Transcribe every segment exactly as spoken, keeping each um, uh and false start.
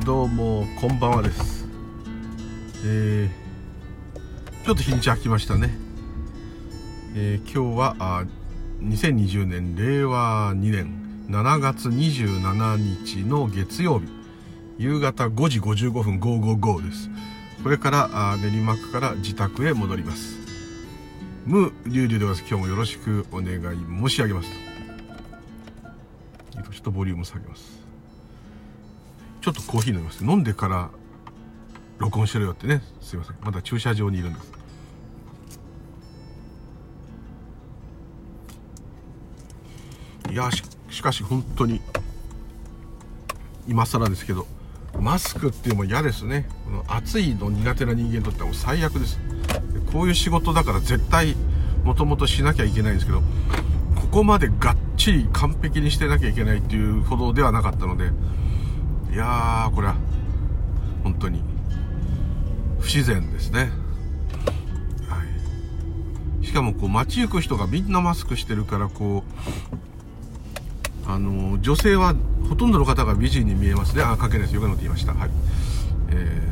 どうもこんばんはです。えー、ちょっと日にち空きましたね。えー、今日はあにせんにじゅうねんれいわにねんしちがつにじゅうしちにちの月曜日、夕方ごじごじゅうごふんごじゅうごです。これからあ練馬区から自宅へ戻ります。ムーリュウリュウでございます。今日もよろしくお願い申し上げますと。ちょっとボリューム下げます。ちょっとコーヒー飲みます。飲んでから録音しろよってね。すいません、まだ駐車場にいるんです。いや し, しかし本当に今更ですけど、マスクっていうのも嫌ですね。この暑いの苦手な人間にとってはもう最悪です。こういう仕事だから絶対もともとしなきゃいけないんですけど、ここまでがっちり完璧にしてなきゃいけないっていうほどではなかったので、いやーこれは本当に不自然ですね。はい、しかもこう街行く人がみんなマスクしてるから、こうあの女性はほとんどの方が美人に見えますね。あ、関係ないです。よくのって言いました。はい。え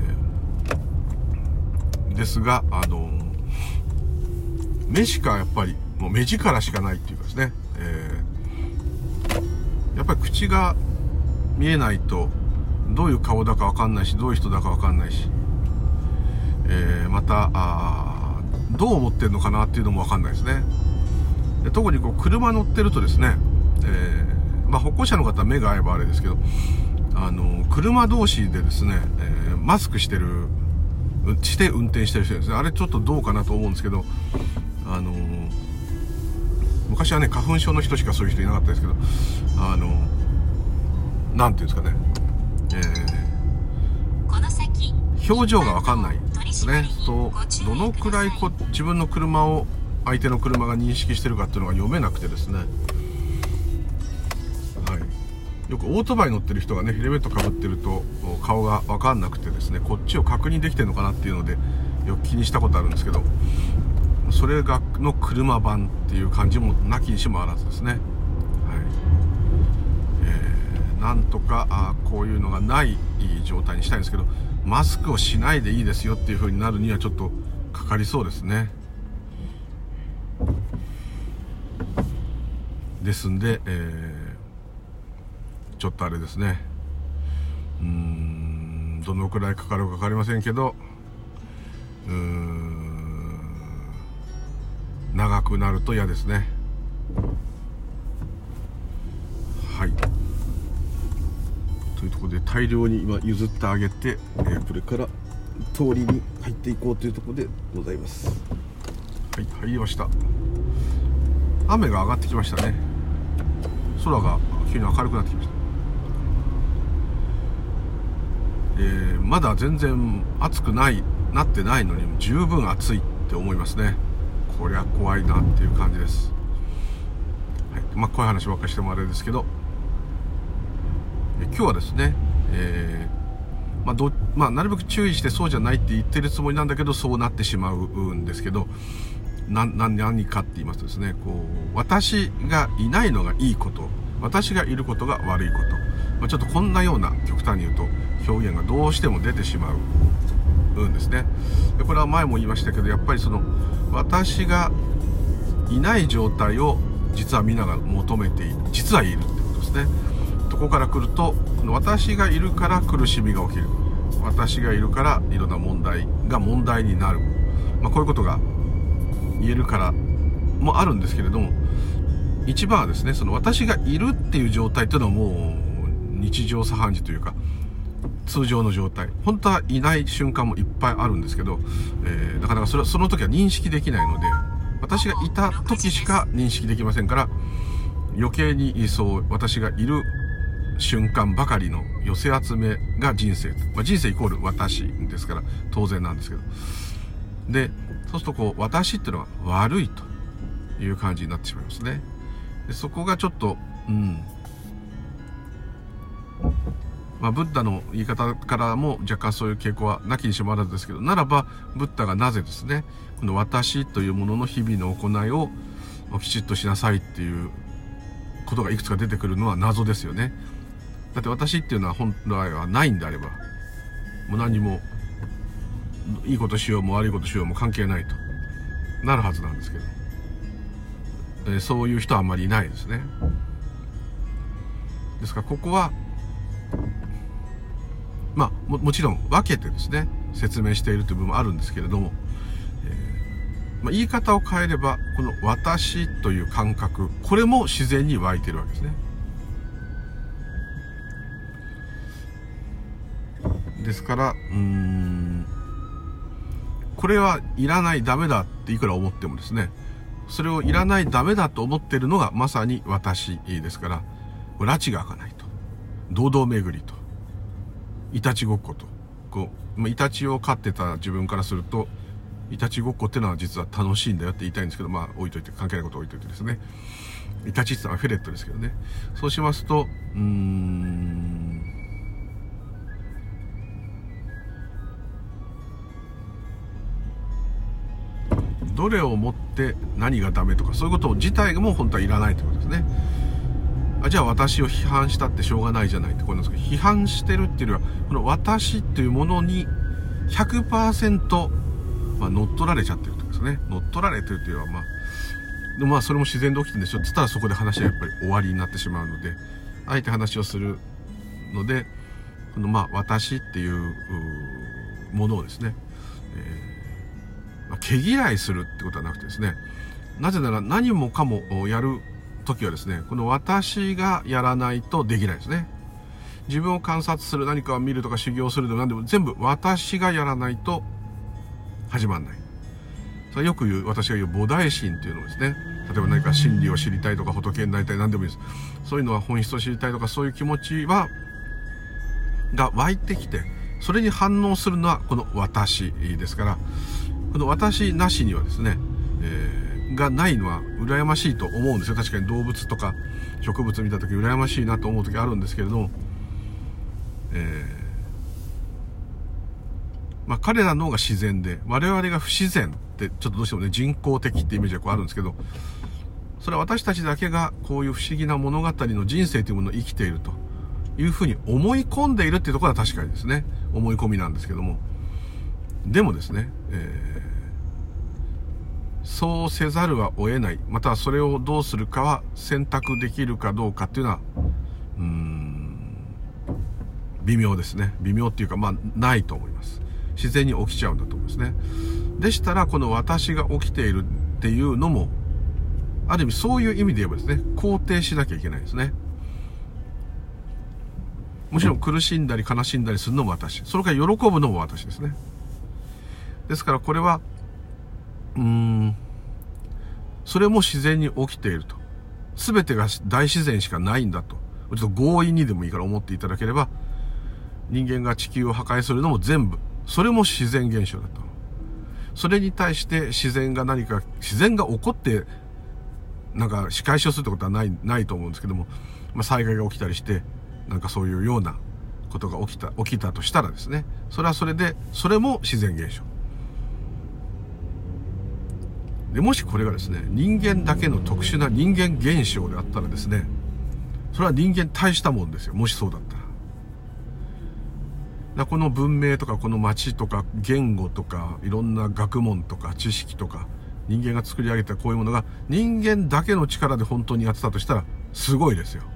ー、ですがあの目しかやっぱりもう目力しかないっていうかですね、えー、やっぱり口が見えないとどういう顔だかわかんないし、どういう人だかわかんないし、えー、またあどう思ってるのかなっていうのもわかんないですね。で特にこう車乗ってるとですね、えー、まあ歩行者の方は目が合えばあれですけど、あの車同士でですね、えー、マスクしてるして運転してる人ですね。あれちょっとどうかなと思うんですけど、あのー、昔はね花粉症の人しかそういう人いなかったですけど、あのー、なんていうんですかね、えー、表情が分かんないですね。とどのくらいこ自分の車を相手の車が認識してるかっていうのが読めなくてですね、はい、よくオートバイ乗ってる人がねヘルメットかぶってると顔が分かんなくてですね、こっちを確認できてるのかなっていうのでよく気にしたことあるんですけど、それがの車版っていう感じもなきにしもあらずですね。はい、えー、なんとかあこういうのがない状態にしたいんですけど、マスクをしないでいいですよっていう風になるにはちょっとかかりそうですね。ですんで、えー、ちょっとあれですね、うーんどのくらいかかるか分かりませんけど、うーん長くなると嫌ですね。はい、というところで大量に今譲ってあげて、えー、これから通りに入っていこうというところでございます。はい、入りました。雨が上がってきましたね。空が急に明るくなってきました。えー、まだ全然暑くないなってないのに十分暑いって思いますね。こりゃ怖いなっていう感じです。はい、まあこういう話ばっかりしてもあれですけど、今日はですね、えーまあどまあ、なるべく注意してそうじゃないって言ってるつもりなんだけど、そうなってしまうんですけど、なな何かって言いますとですね、こう私がいないのがいいこと、私がいることが悪いこと、まあ、ちょっとこんなような極端に言うと表現がどうしても出てしまうんですね。でこれは前も言いましたけど、やっぱりその私がいない状態を実は皆が求めている、実はいるってことですね。ここから来ると、私がいるから苦しみが起きる、私がいるからいろんな問題が問題になる、まあ、こういうことが言えるからもあるんですけれども、一番はですね、その私がいるっていう状態というのはもう日常茶飯事というか通常の状態、本当はいない瞬間もいっぱいあるんですけど、えー、なかなかそれはその時は認識できないので、私がいた時しか認識できませんから、余計にそう私がいる瞬間ばかりの寄せ集めが人生、まあ、人生イコール私ですから当然なんですけど、でそうするとこう私っていうのは悪いという感じになってしまいますね。でそこがちょっとうんまあブッダの言い方からも若干そういう傾向はなきにしもあらずですけど、ならばブッダがなぜですね、この私というものの日々の行いをきちっとしなさいっていうことがいくつか出てくるのは謎ですよね。だって私っていうのは本来はないんであれば、 もう何もいいことしようも悪いことしようも関係ないとなるはずなんですけど、えー、そういう人はあんまりいないですね。ですからここはまあ も, もちろん分けてですね説明しているという部分もあるんですけれども、えーまあ、言い方を変えればこの私という感覚、これも自然に湧いているわけですね。ですからうーんこれはいらないダメだっていくら思ってもですね、それをいらないダメだと思っているのがまさに私ですから、拉致が開かないと、堂々巡りと、いたちごっこと、こう、まあ、イタチを飼ってた自分からすると、いたちごっこってのは実は楽しいんだよって言いたいんですけど、まあ置いといて、関係ないことを置いといてですね。イタチってのはフェレットですけどね。そうしますと、うーん、どれをもって何がダメとか、そういうこと自体も本当はいらないということですね。あ、じゃあ私を批判したってしょうがないじゃないってことなんですけど、批判してるっていうよりは、この私っていうものに ひゃくパーセント、まあ、乗っ取られちゃってるってことですね。乗っ取られてるっていうのは、まあ、でもまあそれも自然で起きてるんでしょって言ったらそこで話はやっぱり終わりになってしまうので、あえて話をするので、このまあ私っていうものをですね、えーまあ、毛嫌いするってことはなくてですね、なぜなら何もかもやる時はですね、この私がやらないとできないですね。自分を観察する、何かを見るとか修行するでも何でも全部私がやらないと始まんない。それよく言う、私が言う菩提心っていうのをですね、例えば何か真理を知りたいとか仏になりたい、何でもいいです。そういうのは本質を知りたいとか、そういう気持ちはが湧いてきて、それに反応するのはこの私ですから、この私なしにはですね、えー、がないのは羨ましいと思うんですよ。確かに動物とか植物見た時羨ましいなと思う時あるんですけれども、えー、まあ彼らの方が自然で、我々が不自然ってちょっとどうしてもね、人工的ってイメージがこうあるんですけど、それは私たちだけがこういう不思議な物語の人生というものを生きているというふうに思い込んでいるっていうところは確かにですね、思い込みなんですけども、でもですね、えー、そうせざるは得ない、またはそれをどうするかは選択できるかどうかっていうのは、うーん、微妙ですね。微妙っていうか、まあ、ないと思います。自然に起きちゃうんだと思いますね。でしたら、この私が起きているっていうのも、ある意味そういう意味で言えばですね、肯定しなきゃいけないですね。もちろん苦しんだり悲しんだりするのも私。それから喜ぶのも私ですね。ですからこれは、うーん、それも自然に起きていると。すべてが大自然しかないんだと。ちょっと強引にでもいいから思っていただければ、人間が地球を破壊するのも全部、それも自然現象だと。それに対して自然が何か、自然が起こって、なんか仕返しをするってことはない、ないと思うんですけども、まあ災害が起きたりして、なんかそういうようなことが起きた、起きたとしたらですね、それはそれで、それも自然現象。で、もしこれがですね、人間だけの特殊な人間現象であったらですね、それは人間大したもんですよ。もしそうだったら。だからこの文明とかこの街とか言語とかいろんな学問とか知識とか人間が作り上げたこういうものが人間だけの力で本当にやってたとしたらすごいですよ。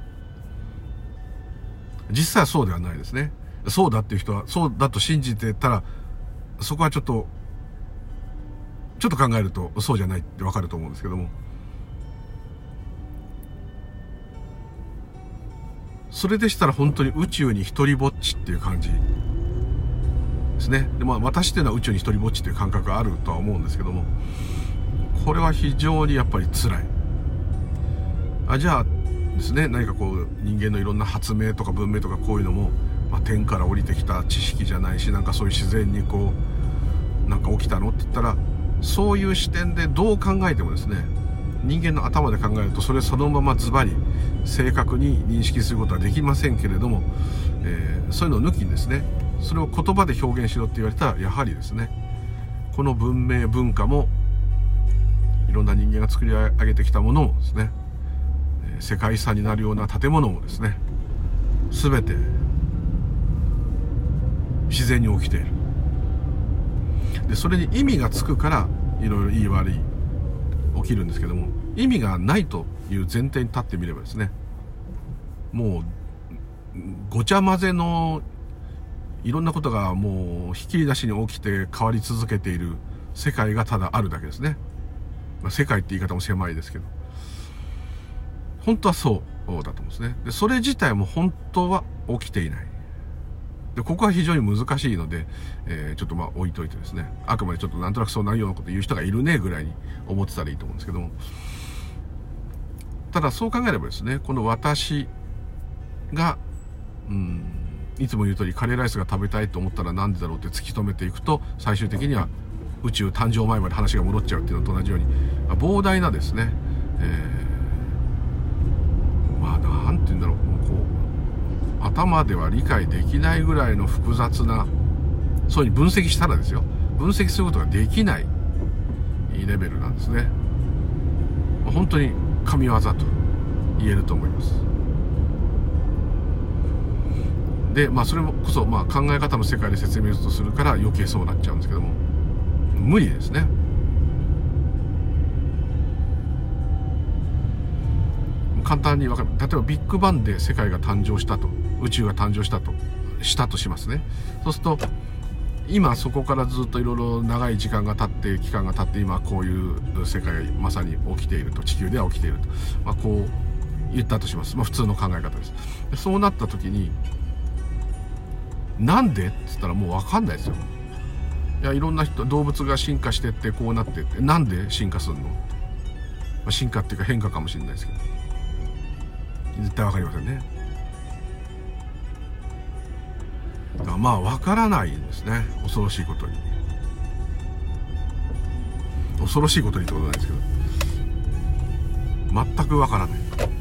実際はそうではないですね。そうだっていう人はそうだと信じてたら、そこはちょっとちょっと考えるとそうじゃないってわかると思うんですけども、それでしたら本当に宇宙に一人ぼっちっていう感じですね。で、まあ私っていうのは宇宙に一人ぼっちっていう感覚があるとは思うんですけども、これは非常にやっぱり辛い。あ、じゃあですね、何かこう人間のいろんな発明とか文明とかこういうのも、まあ、天から降りてきた知識じゃないし、なんかそういう自然にこうなんか起きたのって言ったら、そういう視点でどう考えてもですね、人間の頭で考えるとそれそのままズバリ正確に認識することはできませんけれども、えー、そういうのを抜きにですね、それを言葉で表現しろって言われたら、やはりですね、この文明文化もいろんな人間が作り上げてきたものもですね、世界遺産になるような建物もですね、全て自然に起きている。でそれに意味がつくからいろいろいい悪い起きるんですけども、意味がないという前提に立ってみればですね、もうごちゃ混ぜのいろんなことがもうひっきりなしに起きて変わり続けている世界がただあるだけですね。まあ、世界って言い方も狭いですけど、本当はそうだと思うんですね。でそれ自体も本当は起きていない。でここは非常に難しいので、えー、ちょっとまあ置いといてですね、あくまでちょっとなんとなくそうなるようなこと言う人がいるねぐらいに思ってたらいいと思うんですけども、ただそう考えればですね、この私がうんいつも言う通りカレーライスが食べたいと思ったらなんでだろうって突き止めていくと、最終的には宇宙誕生前まで話が戻っちゃうっていうのと同じように、まあ、膨大なですね、えー、まあなんて言うんだろう、こう頭では理解できないぐらいの複雑な、そういうふうに分析したらですよ、分析することができないレベルなんですね。本当に神業と言えると思います。で、まあそれもこそ、まあ考え方の世界で説明とするから余計そうなっちゃうんですけども、無理ですね。簡単に分かる。例えばビッグバンで世界が誕生したと、宇宙が誕生したとしたとしますね。そうすると今そこからずっといろいろ長い時間が経って期間が経って、今こういう世界がまさに起きていると、地球では起きていると、まあ、こう言ったとします。まあ普通の考え方です。でそうなった時になんでって言ったらもう分かんないですよ。いやいろんな人、動物が進化してってこうなってって、なんで進化するの、まあ、進化っていうか変化かもしれないですけど絶対分かりませんね。だからまあ分からないんですね。恐ろしいことに、恐ろしいことにってことないですけど、全く分からない。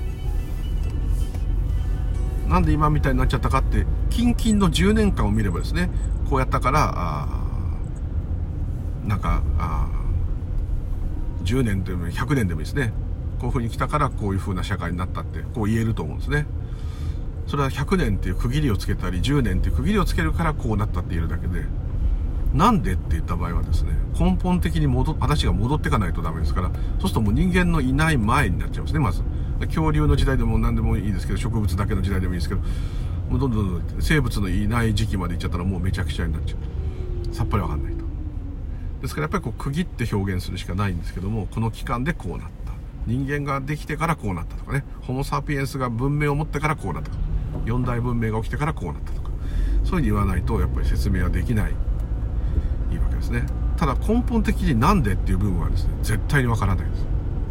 なんで今みたいになっちゃったかって、近々のじゅうねんかんを見ればですね、こうやったからあなんかあじゅうねんでもひゃくねんでもいいですね、こういう風に来たからこういう風な社会になったってこう言えると思うんですね。それはひゃくねんっていう区切りをつけたりじゅうねんっていう区切りをつけるからこうなったって言えるだけで、なんでって言った場合はですね、根本的に戻話が戻っていかないとダメですから、そうするともう人間のいない前になっちゃいますね。まず恐竜の時代でも何でもいいですけど、植物だけの時代でもいいですけど、もうどんどんどんどん生物のいない時期まで行っちゃったらもうめちゃくちゃになっちゃう。さっぱりわかんないと。ですからやっぱりこう区切って表現するしかないんですけども、この期間でこうなった、人間ができてからこうなったとかね、ホモ・サピエンスが文明を持ってからこうなったとか、四大文明が起きてからこうなったとか、そういうふうに言わないとやっぱり説明はできないいいわけですね。ただ根本的になんでっていう部分はですね、絶対にわからないです。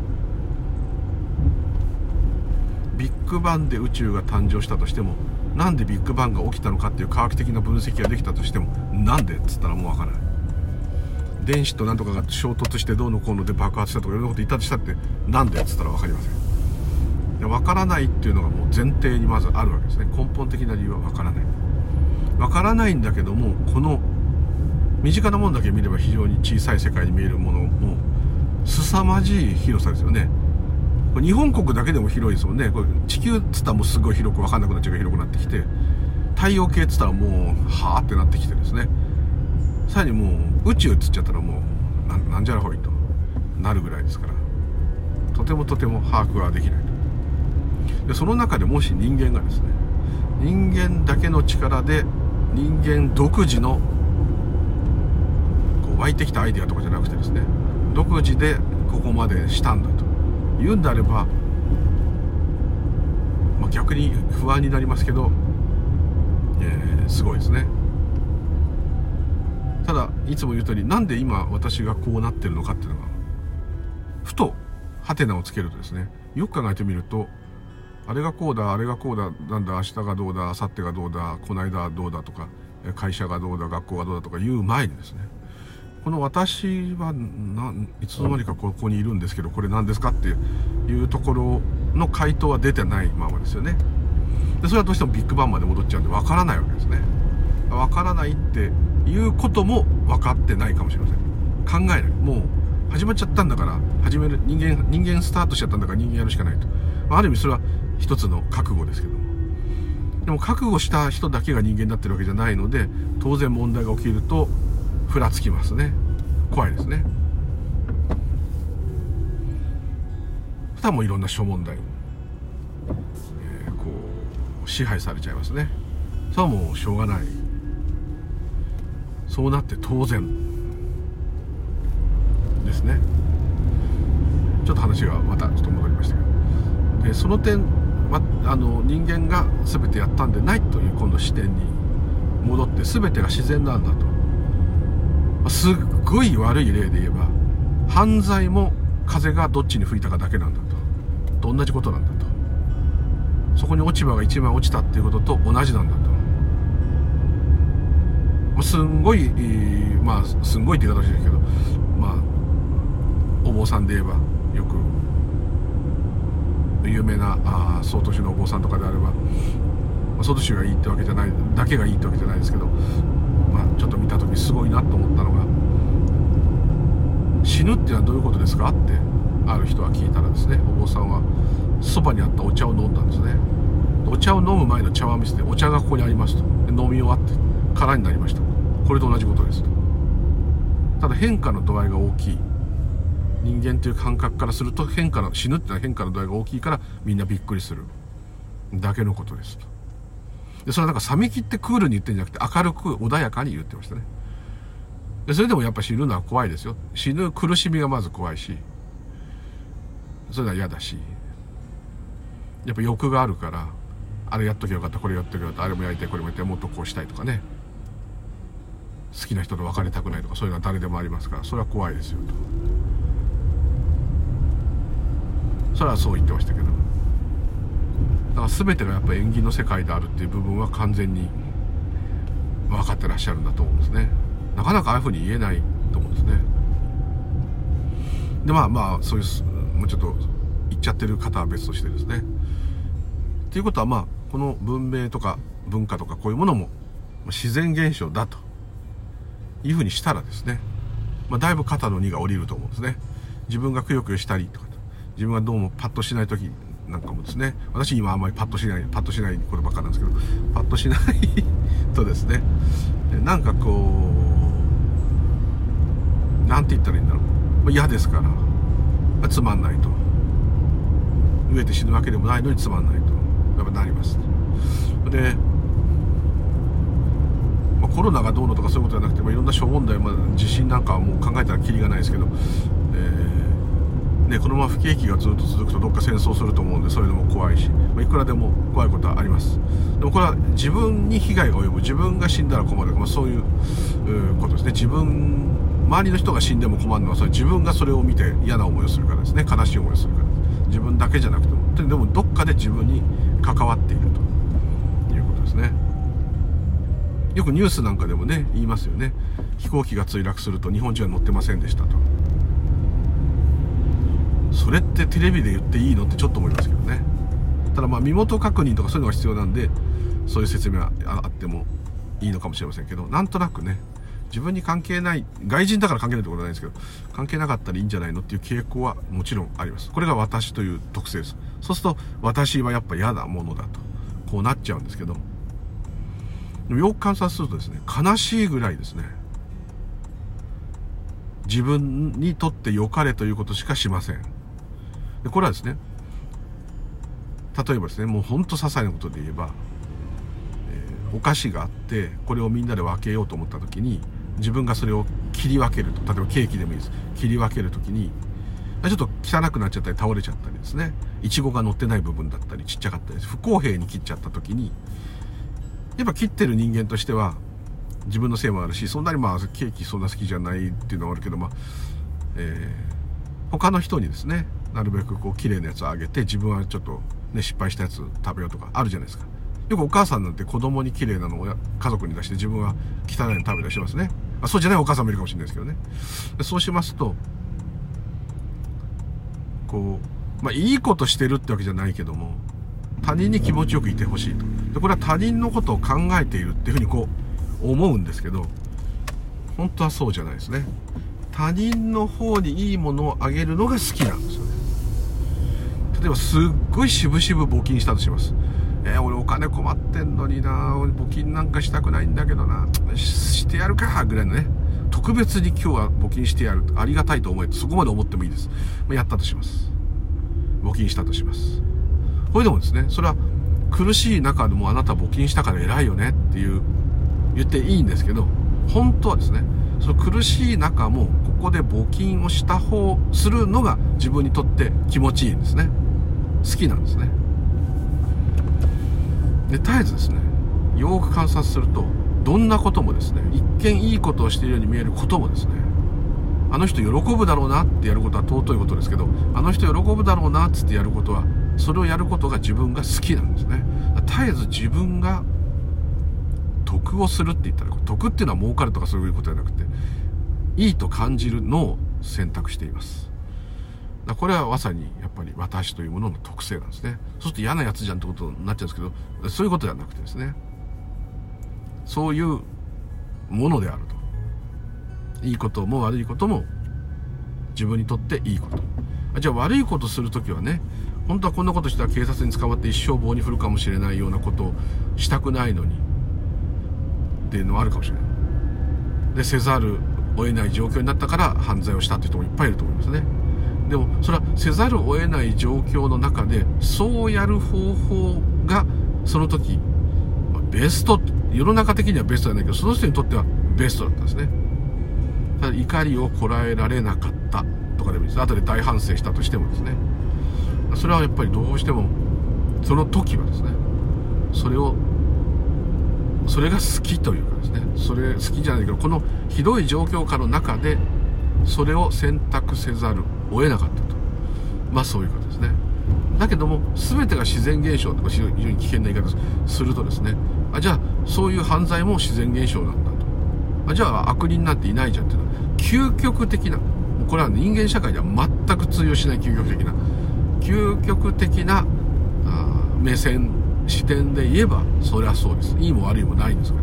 ビッグバンで宇宙が誕生したとしても、なんでビッグバンが起きたのかっていう科学的な分析ができたとしても、なんでっつったらもうわからない。電子となんとかが衝突してどうのこうので爆発したとかいろんなこと言ったとしたって、なんでっつったらわかりません。わからないっていうのがもう前提にまずあるわけですね。根本的な理由はわからない。わからないんだけども、この身近なものだけ見れば非常に小さい世界に見えるものも凄まじい広さですよね。これ日本国だけでも広いですもんね。これ地球っつったらもうすごい広く分かんなくなっちゃうが広くなってきて、太陽系っつったらもうはーってなってきてですね、さらにもう宇宙っつっちゃったらもう な, なんじゃらほいとなるぐらいですから、とてもとても把握はできないと。でその中でもし人間がですね、人間だけの力で人間独自の湧いてきたアイデアとかじゃなくてですね、独自でここまでしたんだと言うんであれば、まあ、逆に不安になりますけど、えー、すごいですね。ただいつも言う通り、なんで今私がこうなってるのかっていうのが、ふとハテナをつけるとですね、よく考えてみると、あれがこうだ、あれがこうだ、なんだ、明日がどうだ、明後日がどうだ、この間どうだとか、会社がどうだ、学校がどうだとか言う前にですね、この私はないつの間にかここにいるんですけど、これ何ですかっていうところの回答は出てないままですよね。でそれはどうしてもビッグバンまで戻っちゃうんで分からないわけですね。分からないっていうことも分かってないかもしれません。考えない。もう始まっちゃったんだから、始める人間人間スタートしちゃったんだから人間やるしかないと。ある意味それは一つの覚悟ですけども、ででも覚悟した人だけが人間になってるわけじゃないので、当然問題が起きるとふらつきますね。怖いですね。普段もいろんな諸問題、えー、こう支配されちゃいますね。それはもうしょうがない。そうなって当然ですね。ちょっと話がまたちょっと戻りましたけど、でその点、ま、あの人間が全てやったんでないという今度視点に戻って、全てが自然なんだと。すっごい悪い例で言えば、犯罪も風がどっちに吹いたかだけなんだと、と同じことなんだと。そこに落ち葉が一枚落ちたっていうことと同じなんだと。すんごい、まあすんごいって言い方してるけど、まあお坊さんで言えばよく有名なあ曹洞宗のお坊さんとかであれば、曹洞宗がいいってわけじゃない、だけがいいってわけじゃないですけど、まあちょっと見た時すごいなと思ったのが、死ぬっていうのはどういうことですかってある人は聞いたらですね、お坊さんはそばにあったお茶を飲んだんですね。お茶を飲む前の茶碗見せて、お茶がここにありますと。で飲み終わって空になりました。これと同じことですと。ただ変化の度合いが大きい。人間という感覚からすると、変化の死ぬってのは変化の度合いが大きいからみんなびっくりするだけのことですと。でそれはなんか冷め切ってクールに言ってんじゃなくて、明るく穏やかに言ってましたね。でそれでもやっぱ死ぬのは怖いですよ。死ぬ苦しみがまず怖いし、それは嫌だし、やっぱ欲があるから、あれやっときゃよかった、これやっときゃよかった、あれもやりたい、これもやりたい、もっとこうしたいとかね、好きな人と別れたくないとか、そういうのは誰でもありますから、それは怖いですよと。それはそう言ってましたけど、だから全てがやっぱ縁起の世界であるっていう部分は完全に分かってらっしゃるんだと思うんですね。なかなかああいうふうに言えないと思うんですね。でまあまあそういうもうちょっと言っちゃってる方は別としてですね。っていうことは、まあこの文明とか文化とかこういうものも自然現象だというふうにしたらですね、まあ、だいぶ肩の荷が下りると思うんですね。自分がくよくよしたりとか、自分がどうもパッとしない時なんかもですね、私今あんまりパッとしないパッとしないことばっかなんですけど、パッとしないとですね、なんかこうなんて言ったらいいんだろう、嫌ですから、つまんないと、飢えて死ぬわけでもないのにつまんないとやっぱなります。で、まあ、コロナがどうのとかそういうことじゃなくて、まあ、いろんな諸問題、まあ、地震なんかはもう考えたらキリがないですけど、えーね、このまま不景気がずっと続くとどっか戦争すると思うんで、そういうのも怖いし、まあ、いくらでも怖いことはあります。でもこれは自分に被害が及ぶ、自分が死んだら困る、まあ、そういうことですね。自分、周りの人が死んでも困るのは、それ自分がそれを見て嫌な思いをするからですね。悲しい思いをするからです。自分だけじゃなくても、でもどっかで自分に関わっているということですね。よくニュースなんかでもね言いますよね。飛行機が墜落すると日本人は乗ってませんでしたと。それってテレビで言っていいのってちょっと思いますけどね。ただまあ身元確認とかそういうのが必要なんで、そういう説明はあってもいいのかもしれませんけど、なんとなくね、自分に関係ない、外人だから関係ないってことはないですけど、関係なかったらいいんじゃないのっていう傾向はもちろんあります。これが私という特性です。そうすると私はやっぱ嫌なものだとこうなっちゃうんですけど、でもよく観察するとですね、悲しいぐらいですね、自分にとって良かれということしかしません。でこれはですね、例えばですね、もうほんと些細なことで言えば、えー、お菓子があってこれをみんなで分けようと思った時に、自分がそれを切り分けると、例えばケーキでもいいです、切り分ける時にちょっと汚くなっちゃったり倒れちゃったりですね、いちごが乗ってない部分だったりちっちゃかったり、不公平に切っちゃった時に、やっぱ切ってる人間としては自分のせいもあるし、そんなにまあケーキそんな好きじゃないっていうのはあるけど、まあ、えー、他の人にですね、なるべくこう綺麗なやつをあげて、自分はちょっとね失敗したやつ食べようとかあるじゃないですか。よくお母さんなんて子供に綺麗なのを家族に出して、自分は汚いの食べたりしますね。あ、そうじゃないお母さんもいるかもしれないですけどね。そうしますと、こう、まあいいことしてるってわけじゃないけども、他人に気持ちよくいてほしいと。でこれは他人のことを考えているっていうふうにこう思うんですけど、本当はそうじゃないですね。他人の方にいいものをあげるのが好きなんですよね。例えばすっごい渋々募金したとします。 えー、俺お金困ってんのにな、募金なんかしたくないんだけどな、し, してやるかぐらいのね、特別に今日は募金してやる、ありがたいと思えて、そこまで思ってもいいです。やったとします。募金したとします。これでもですね、それは苦しい中でもあなた募金したから偉いよねっていう言っていいんですけど、本当はですね、その苦しい中もここで募金をした方するのが自分にとって気持ちいいんですね。好きなんですね。で、絶えずですね、よく観察すると、どんなこともですね、一見いいことをしているように見えることもですね、あの人喜ぶだろうなってやることは尊いことですけど、あの人喜ぶだろうなっつってやることは、それをやることが自分が好きなんですね。絶えず自分が得をするって言ったら、得っていうのは儲かるとかそういうことじゃなくて、いいと感じるのを選択しています。これはまさにやっぱり私というものの特性なんですね。そうすると嫌なやつじゃんってことになっちゃうんですけど、そういうことではなくてですね、そういうものであると。いいことも悪いことも自分にとっていいこと。じゃあ悪いことするときはね、本当はこんなことしたら警察に捕まって一生棒に振るかもしれないようなことをしたくないのにっていうのはあるかもしれない。で、せざるを得ない状況になったから犯罪をしたっていう人もいっぱいいると思いますね。でもそれはせざるを得ない状況の中でそうやる方法がその時ベスト、世の中的にはベストじゃないけど、その人にとってはベストだったんですね。ただ怒りをこらえられなかったとかでもいいです。後で大反省したとしてもですね、それはやっぱりどうしてもその時はですね、それをそれが好きというかですね、それ好きじゃないけど、このひどい状況下の中でそれを選択せざるを得なかったと、まあそういうことですね。だけども全てが自然現象とか非常に危険な言い方するとですね、あ、じゃあそういう犯罪も自然現象なんだと、あ、じゃあ悪人なんていないじゃんっていうのは究極的な、これは人間社会では全く通用しない究極的な究極的なあ目線視点で言えばそれはそうです。いいも悪いもないんですから。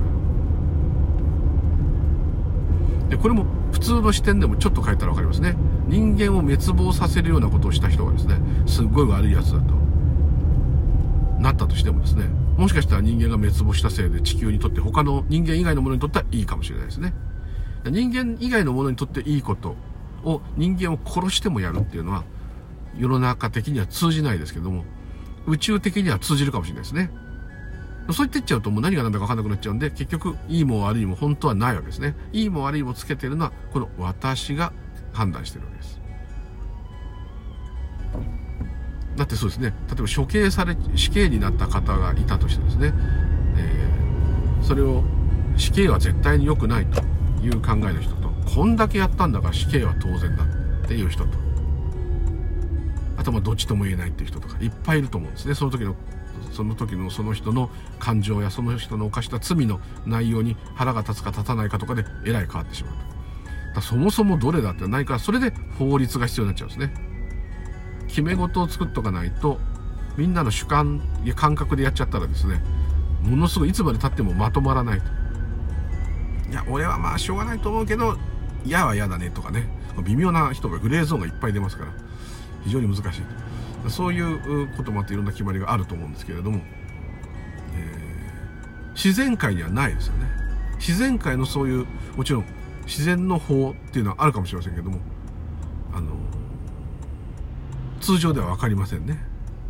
でこれも普通の視点でもちょっと変えたら分かりますね。人間を滅亡させるようなことをした人がですね、すっごい悪いやつだとなったとしてもですね、もしかしたら人間が滅亡したせいで地球にとって他の人間以外のものにとってはいいかもしれないですね。人間以外のものにとっていいことを人間を殺してもやるっていうのは世の中的には通じないですけども、宇宙的には通じるかもしれないですね。そう言ってっちゃうともう何が何だか分かんなくなっちゃうんで、結局いいも悪いも本当はないわけですね。いいも悪いもつけてるのはこの私が判断してるわけです。だってそうですね、例えば処刑され死刑になった方がいたとしてですね、えー、それを死刑は絶対に良くないという考えの人と、こんだけやったんだから死刑は当然だっていう人と、あとまあどっちとも言えないっていう人とかいっぱいいると思うんですね。その時のその時のその人の感情やその人の犯した罪の内容に腹が立つか立たないかとかでえらい変わってしまうと。だそもそもどれだってないから、それで法律が必要になっちゃうんですね。決め事を作っとかないと、みんなの主観や感覚でやっちゃったらですね、ものすごいいつまで経ってもまとまらないと。いや俺はまあしょうがないと思うけど嫌は嫌だねとかね、微妙な人がグレーゾーンがいっぱい出ますから非常に難しい。そういうこともあっていろんな決まりがあると思うんですけれども、えー、自然界にはないですよね。自然界のそういうもちろん自然の法っていうのはあるかもしれませんけども、あの通常では分かりませんね。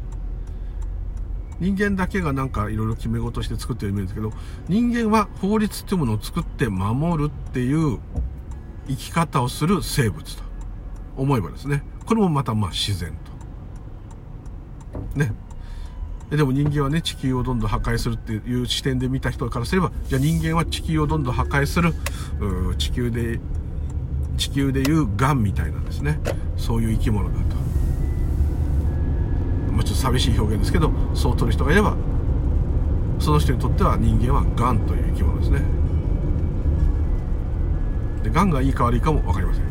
人間だけがなんかいろいろ決め事して作ってるイメージですけど、人間は法律っていうものを作って守るっていう生き方をする生物と思えばですね、これもまたまあ自然とね。でも人間はね、地球をどんどん破壊するっていう視点で見た人からすれば、じゃあ人間は地球をどんどん破壊する地球で地球でいうガンみたいなですね、そういう生き物だと、まあ、ちょっと寂しい表現ですけど、そう取る人がいれば、その人にとっては人間はガンという生き物ですね。でガンがいいか悪いかも分かりません。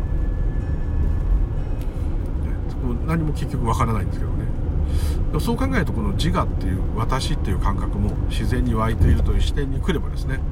何も結局分からないんですけどね。でもそう考えると、この自我っていう私っていう感覚も自然に湧いているという視点に来ればですね、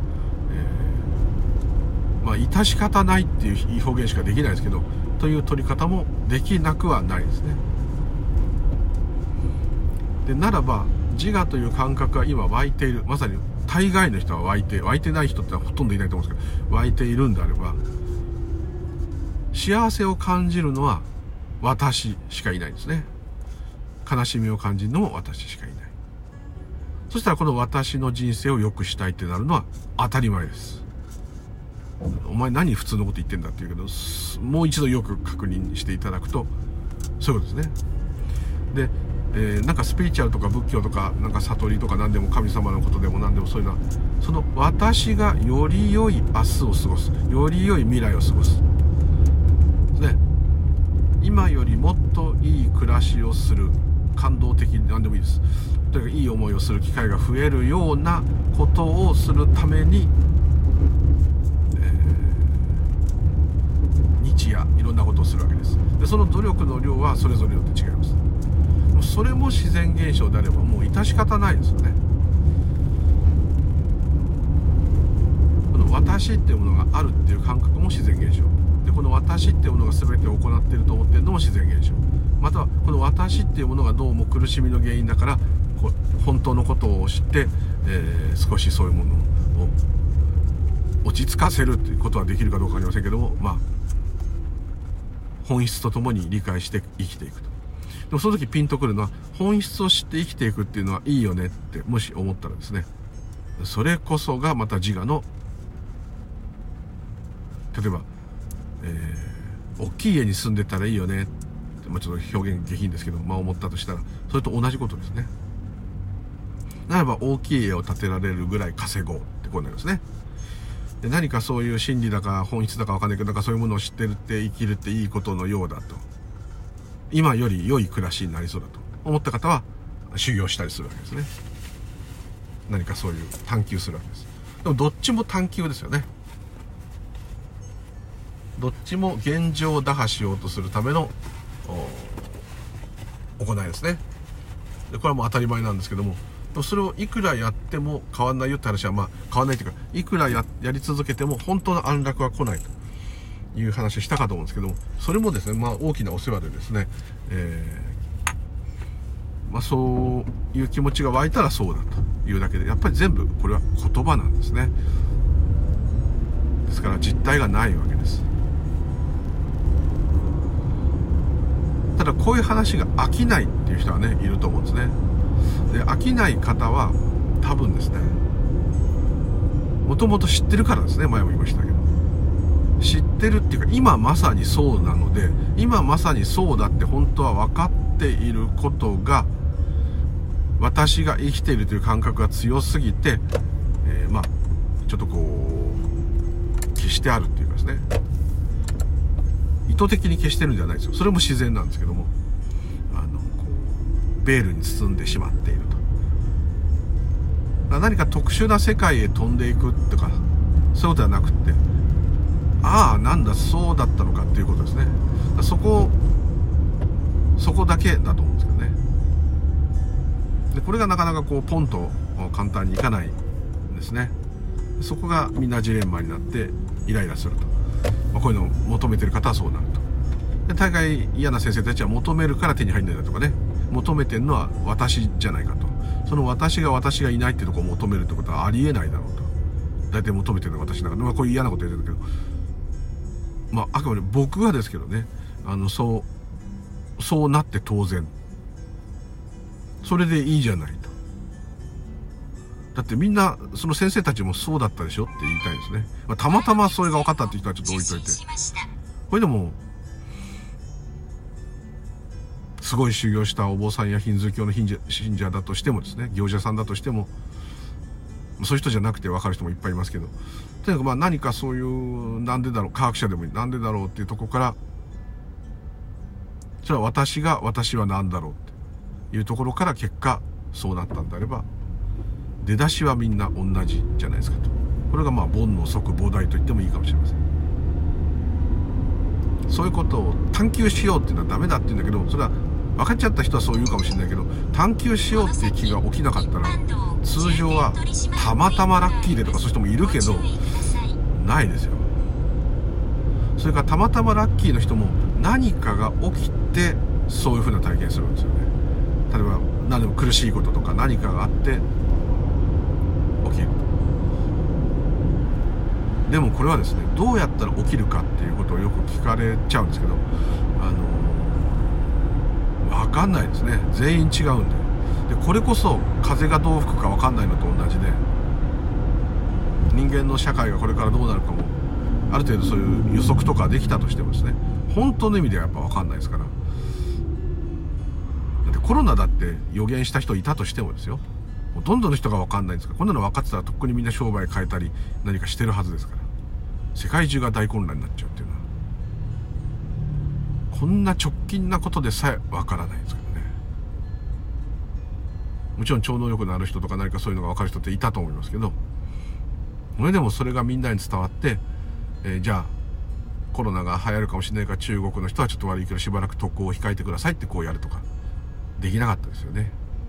えー、まあ致し方ないっていう表現しかできないですけど、という取り方もできなくはないですね。でならば自我という感覚が今湧いている、まさに大概の人は湧いて湧いてない人ってほとんどいないと思うんですけど、湧いているんであれば、幸せを感じるのは私しかいないんですね。悲しみを感じるのも私しかいない。そしたらこの私の人生を良くしたいってなるのは当たり前です。お前何普通のこと言ってんだって言うけど、もう一度よく確認していただくとそういうことですね。で、えー、なんかスピリチュアルとか仏教とかなんか悟りとか何でも神様のことでも何でもそういうのは、その私がより良い明日を過ごす、より良い未来を過ごす、ね、今よりもっといい暮らしをする、感動的に何でもいいです。とにかくいい思いをする機会が増えるようなことをするために、えー、日夜いろんなことをするわけです。で、その努力の量はそれぞれによって違います。それも自然現象であればもう致し方ないですよね。この私っていうものがあるっていう感覚も自然現象で、この私っていうものが全てを行っていると思っているのも自然現象、またはこの私っていうものがどうも苦しみの原因だから、こう本当のことを知って、えー、少しそういうものを落ち着かせるっていうことはできるかどうかわかりませんけども、まあ本質とともに理解して生きていくと。でもその時ピンとくるのは、本質を知って生きていくっていうのはいいよねってもし思ったらですね、それこそがまた自我の、例えば、えー、大きい家に住んでたらいいよねって、まあ、ちょっと表現下品ですけど、まあ思ったとしたらそれと同じことですね。ならば大きい家を建てられるぐらい稼ごうってこうなりますね。で、何かそういう真理だか本質だかわかんないけど、なんかそういうものを知ってるって生きるっていいことのようだと、今より良い暮らしになりそうだと思った方は修行したりするわけですね。何かそういう探求するわけです。でもどっちも探求ですよね。どっちも現状を打破しようとするための行いですね。で、これはもう当たり前なんですけども、それをいくらやっても変わんないよって話は、まあ変わんないというか、いくら や, やり続けても本当の安楽は来ないという話をしたかと思うんですけども、それもですね、まあ大きなお世話でですね、えー、まあそういう気持ちが湧いたらそうだというだけで、やっぱり全部これは言葉なんですね。ですから実体がないわけです。ただこういう話が飽きないっていう人はね、いると思うんですね。で、飽きない方は多分ですね、もともと知ってるからですね。前も言いましたけど、知ってるっていうか、今まさにそうなので、今まさにそうだって本当は分かっていることが、私が生きているという感覚が強すぎて、えー、まあちょっとこう消してあるっていうかですね、意図的に消してるんじゃないですよ。それも自然なんですけども、あのこうベールに包んでしまっていると。何か特殊な世界へ飛んでいくとかそういうことではなくって、ああなんだそうだったのかっていうことですね。そこそこだけだと思うんですけどね。で、これがなかなかこうポンと簡単にいかないんですね。そこがみんなジレンマになってイライラすると、まあ、こういうのを求めてる方はそうなると。で、大概嫌な先生たちは求めるから手に入んないんだとかね、求めてるのは私じゃないかと、その私が私がいないっていうところを求めるってことはありえないだろうと。大体求めてるのは私だから、まあ、こういう嫌なこと言ってるけど、まああくまで僕はですけどね、あのそうそうなって当然、それでいいじゃないと。だってみんなその先生たちもそうだったでしょって言いたいですね。まあ、たまたまそれが分かったっていう人はちょっと置いといて、これでもすごい修行したお坊さんやヒンズー教の信者信者だとしてもですね、行者さんだとしても、そういう人じゃなくて分かる人もいっぱいいますけど、とにかくまあ何かそういうなんでだろう、科学者でもいい、なんでだろうっていうところから、それは私が私は何だろうっていうところから結果そうなったんであれば、出だしはみんな同じじゃないですかと。これがまあ煩悩即菩提と言ってもいいかもしれません。そういうことを探求しようっていうのはダメだって言うんだけど、それは分かっちゃった人はそう言うかもしれないけど、探求しようっていう気が起きなかったら、通常はたまたまラッキーでとかそういう人もいるけどないですよ。それからたまたまラッキーの人も何かが起きてそういう風な体験するんですよね。例えば何でも苦しいこととか何かがあって起きる。でもこれはですね、どうやったら起きるかっていうことをよく聞かれちゃうんですけど、あの分かんないですね。全員違うんで。でこれこそ風がどう吹くか分かんないのと同じで、人間の社会がこれからどうなるかもある程度そういう予測とかできたとしてもですね、本当の意味ではやっぱ分かんないですから。だってコロナだって予言した人いたとしてもですよ、ほとんどの人が分かんないんですから。こんなの分かってたらとっくにみんな商売変えたり何かしてるはずですから。世界中が大混乱になっちゃうっていうのは、こんな直近なことでさえ分からないんですけどね。もちろん超能力のある人とか何かそういうのが分かる人っていたと思いますけど、それでもそれがみんなに伝わって、えー、じゃあコロナが流行るかもしれないから中国の人はちょっと悪いけどしばらく渡航を控えてくださいってこうやるとかできなかったですよね。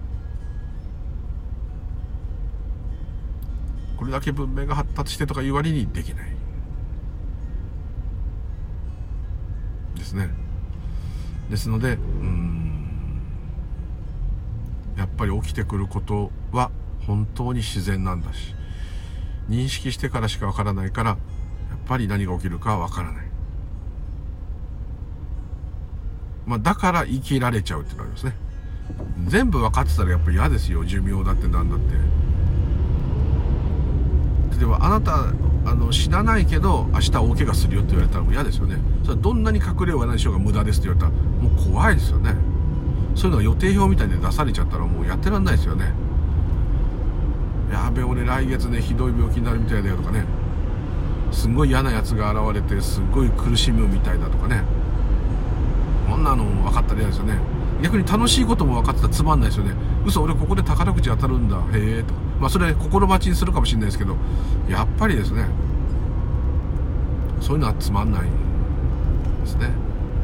これだけ文明が発達してとかいう割にできないですね。ですので、うーんやっぱり起きてくることは本当に自然なんだし、認識してからしかわからないから、やっぱり何が起きるかわからない。まあだから生きられちゃうっていうのがありますね。全部分かってたらやっぱり嫌ですよ。寿命だってなんだって。例えばあなたあの死なないけど明日大怪我するよって言われたらもう嫌ですよね。それはどんなに隠れようが何しようが無駄ですって言われたらもう怖いですよね。そういうのが予定表みたいに出されちゃったらもうやってらんないですよね。やべ俺来月ねひどい病気になるみたいだよとかね、すんごい嫌なやつが現れてすごい苦しむみたいだとかね、こんなのも分かったら嫌ですよね。逆に楽しいことも分かってたらつまんないですよね。嘘俺ここで宝くじ当たるんだへえとか、まあそれ心待ちにするかもしれないですけど、やっぱりですねそういうのはつまんないですね。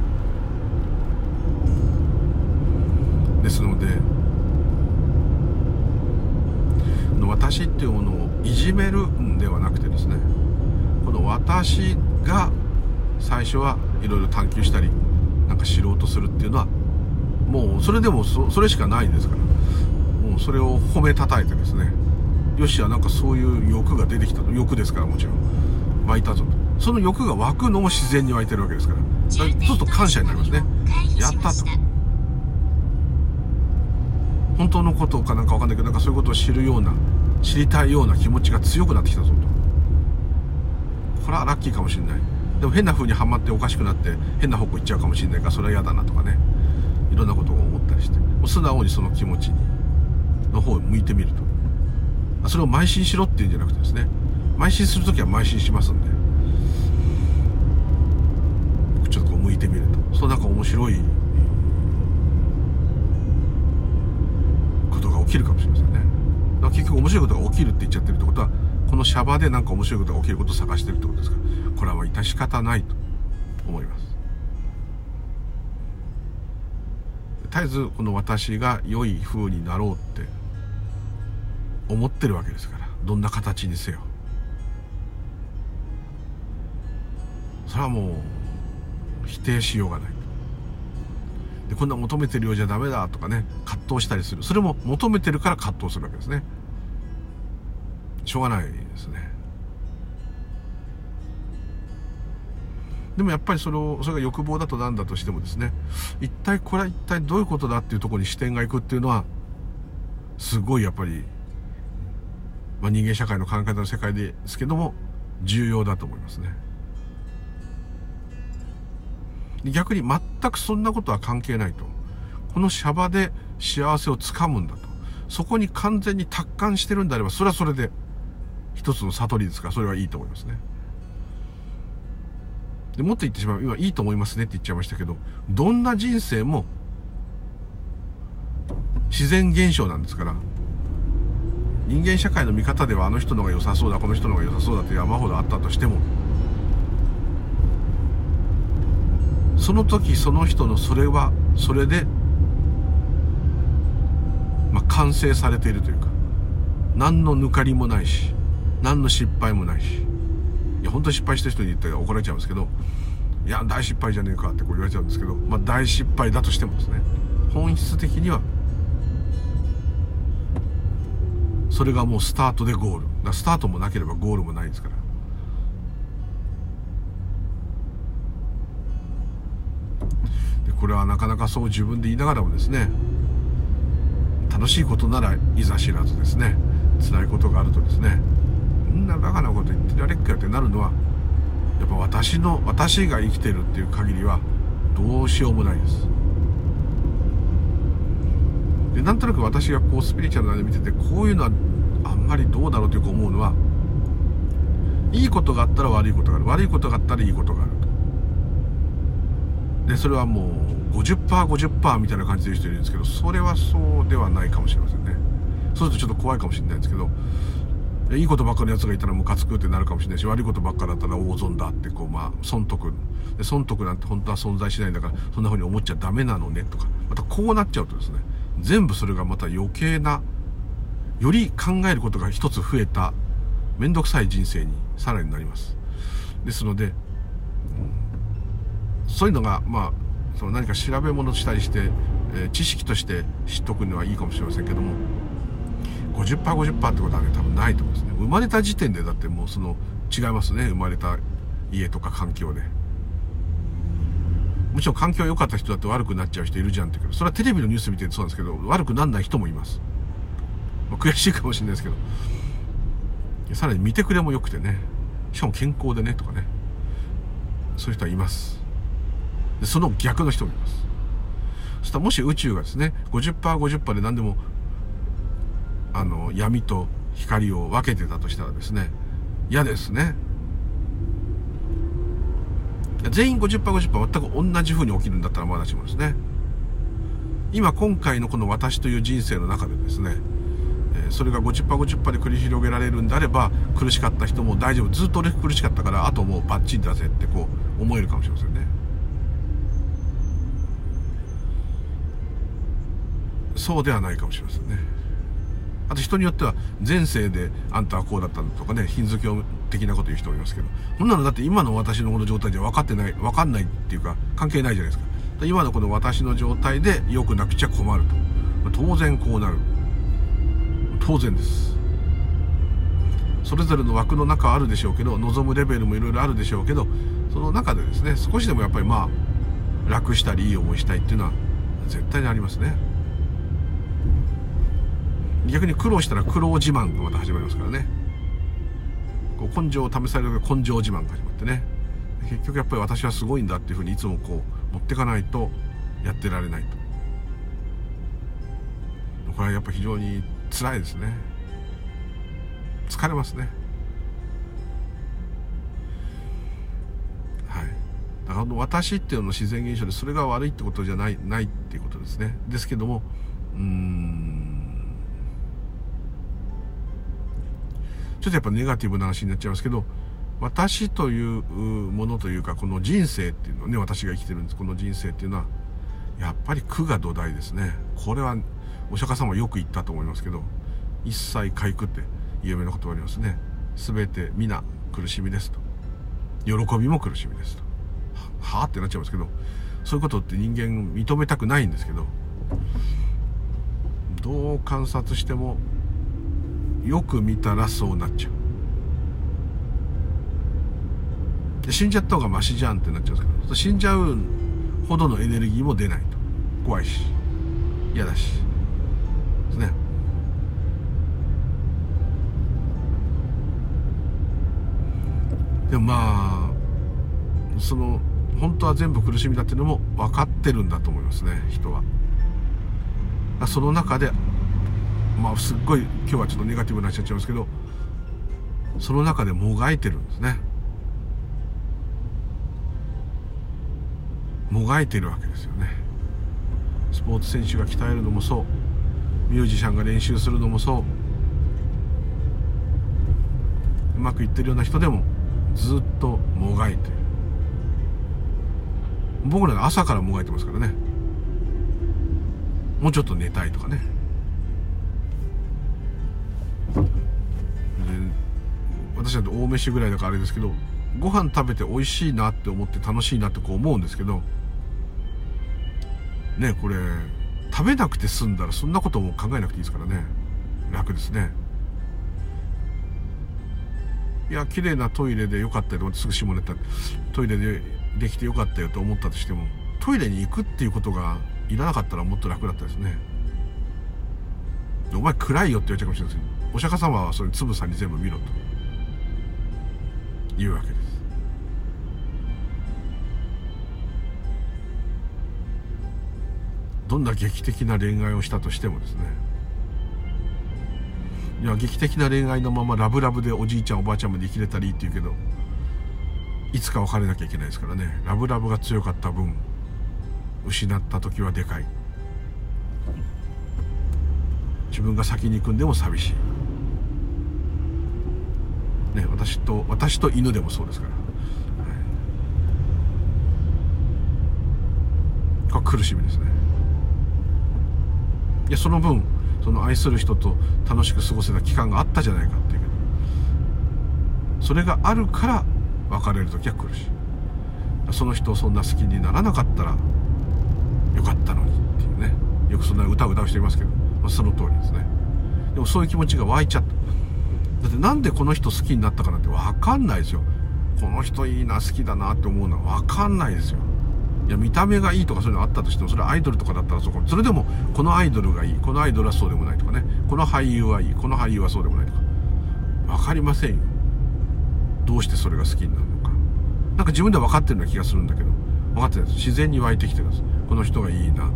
ですので私っていうものをいじめるんではなくてですね、この私が最初はいろいろ探求したりなんか知ろうとするっていうのはもうそれでも そ, それしかないですから、もうそれを褒めたたえてですね、よし、なんかそういう欲が出てきたと、欲ですからもちろん湧いたぞと、その欲が湧くのも自然に湧いてるわけですから、そうすると感謝になりますね。やったと、本当のことかなんかわかんないけど、なんかそういうことを知るような知りたいような気持ちが強くなってきたぞと、これはラッキーかもしれない。でも変な風にはまっておかしくなって変な方向行っちゃうかもしれないから、それは嫌だなとかね、いろんなことを思ったりして、もう素直にその気持ちにの方を向いてみると、それを邁進しろっていうんじゃなくてですね、邁進するときは邁進しますんで、ちょっとこう向いてみると、そうなんか面白いことが起きるかもしれませんね。だから結局面白いことが起きるって言っちゃってるってことは、このシャバでなんか面白いことが起きることを探してるってことですから、これは致し方ないと思います。絶えずこの私が良い風になろうって思ってるわけですから、どんな形にせよそれはもう否定しようがない。でこんな求めてるようじゃダメだとかね、葛藤したりする。それも求めてるから葛藤するわけですね。しょうがないですね。でもやっぱりそれをそれが欲望だとなんだとしてもですね、一体これは一体どういうことだっていうところに視点がいくっていうのはすごいやっぱり、まあ、人間社会の考え方の世界ですけども重要だと思いますね。逆に全くそんなことは関係ないと、このシャバで幸せをつかむんだと、そこに完全に達観してるんであれば、それはそれで一つの悟りですから、それはいいと思いますね。でもっと言ってしまう、今いいと思いますねって言っちゃいましたけど、どんな人生も自然現象なんですから、人間社会の見方ではあの人の方が良さそうだ、この人の方が良さそうだって山ほどあったとしても、その時その人のそれはそれで、まあ、完成されているというか、何の抜かりもないし何の失敗もないし、いや本当に失敗した人に言ったら怒られちゃうんですけど、いや大失敗じゃねえかってこう言われちゃうんですけど、まあ大失敗だとしてもですね、本質的にはそれがもうスタートでゴール。だからスタートもなければゴールもないですから。でこれはなかなかそう自分で言いながらもですね、楽しいことならいざ知らずですね、辛いことがあるとですね、みんなバカなこと言ってられっかよってなるのは、やっぱ私の私が生きてるっていう限りはどうしようもないです。でなんとなく私がこうスピリチュアルなで見てて、こういうのはあんまりどうだろうというか思うのは、いいことがあったら悪いことがある、悪いことがあったらいいことがあると。でそれはもう ごじゅっパーセントごじゅっパーセント みたいな感じで言う人いるんですけど、それはそうではないかもしれませんね。そうするとちょっと怖いかもしれないんですけど、いいことばっかのやつがいたらムカつくってなるかもしれないし、悪いことばっかだったら大損だってこう、まあ損得で、損得なんて本当は存在しないんだから、そんな風に思っちゃダメなのねとか、またこうなっちゃうとですね、全部それがまた余計な、より考えることが一つ増えためんどくさい人生にさらになります。ですので、うん、そういうのがまあその何か調べ物したりして、えー、知識として知っとくのはいいかもしれませんけども、ごじゅっパーセントごじゅっパーセント ってことはね、多分ないと思うんですね。生まれた時点でだってもうその違いますね。生まれた家とか環境で。もちろん環境良かった人だって悪くなっちゃう人いるじゃんって言うけど、それはテレビのニュース見てそうなんですけど、悪くなんない人もいます。まあ、悔しいかもしれないですけど、さらに見てくれも良くてね、しかも健康でねとかね、そういう人はいます。でその逆の人もいます。そしたらもし宇宙がですね ごじゅっパーセントごじゅっパーセント で何でもあの闇と光を分けてたとしたらですね、嫌ですね。全員 ごじゅっパーセントごじゅっパーセント 全く同じ風に起きるんだったらまだしもですね、今今回のこの私という人生の中でですね、えー、それが ごじゅっパーセントごじゅっパーセント で繰り広げられるんであれば、苦しかった人も大丈夫、ずっと俺苦しかったからあともうバッチリだぜってこう思えるかもしれませんね。そうではないかもしれませんね。あと人によっては前世であんたはこうだったんだとかね、ヒンズー教的なこと言う人もいますけど、そんなのだって今の私のこの状態で分かってない、分かんないっていうか関係ないじゃないですか。今のこの私の状態で良くなくちゃ困ると、当然こうなる、当然です。それぞれの枠の中はあるでしょうけど、望むレベルもいろいろあるでしょうけど、その中でですね、少しでもやっぱりまあ楽したりいい思いしたいっていうのは絶対にありますね。逆に苦労したら苦労自慢がまた始まりますからね。こう根性を試される根性自慢が始まってね、結局やっぱり私はすごいんだっていうふうにいつもこう持っていかないとやってられないと。これはやっぱ非常に辛いですね。疲れますね。はい。だから私っていうのの自然現象で、それが悪いってことじゃないないっていうことですね。ですけども、うーんちょっとやっぱネガティブな話になっちゃいますけど、私というものというか、この人生っていうのね、私が生きてるんです。この人生っていうのはやっぱり苦が土台ですね。これはお釈迦様よく言ったと思いますけど、一切皆苦って有名な言葉ありますね。すべて皆苦しみですと、喜びも苦しみですと。ははってなっちゃいますけど、そういうことって人間認めたくないんですけど、どう観察してもよく見たらそうなっちゃう。で死んじゃった方がマシじゃんってなっちゃうんですけど、死んじゃうほどのエネルギーも出ないと、怖いし嫌だしですね。でもまあその本当は全部苦しみだっていうのも分かってるんだと思いますね、人は。その中でまあすっごい今日はちょっとネガティブな話になっちゃいますけど、その中でもがいてるんですね。もがいてるわけですよね。スポーツ選手が鍛えるのもそう、ミュージシャンが練習するのもそう、うまくいってるような人でもずっともがいてる。僕らが朝からもがいてますからね。もうちょっと寝たいとかね。で私だって大飯ぐらいだからあれですけど、ご飯食べて美味しいなって思って楽しいなってこう思うんですけどね、これ食べなくて済んだらそんなことも考えなくていいですからね、楽ですね。 いや綺麗なトイレでよかったよと思ってすぐ下ネタトイレでできてよかったよと思ったとしても、トイレに行くっていうことがいらなかったらもっと楽だったですね。お前暗いよって言われちゃうかもしれないですけど、お釈迦様はそれつぶさに全部見ろと言うわけです。どんな劇的な恋愛をしたとしてもですね、いや劇的な恋愛のままラブラブでおじいちゃんおばあちゃんまで生きれたらいいって言うけど、いつか別れなきゃいけないですからね。ラブラブが強かった分失った時はでかい。自分が先に行くんでも寂しいね。私と私と犬でもそうですから、はい、これ苦しみですね。いやその分その愛する人と楽しく過ごせた期間があったじゃないかっていうけど、それがあるから別れる時は苦しい。その人をそんな好きにならなかったらよかったのにっていうね、よくそんな歌を歌う人いますけど、まあ、その通りですね。でもそういう気持ちが湧いちゃった。だってなんでこの人好きになったかなんて分かんないですよ。この人いいな好きだなって思うのは分かんないですよ。いや見た目がいいとかそういうのあったとしても、それはアイドルとかだったらそうかも。それでもこのアイドルがいい、このアイドルはそうでもないとかね、この俳優はいい、この俳優はそうでもないとか分かりませんよ。どうしてそれが好きになるのか、なんか自分では分かってるような気がするんだけど、分かってないです。自然に湧いてきてるんです。この人がいいなって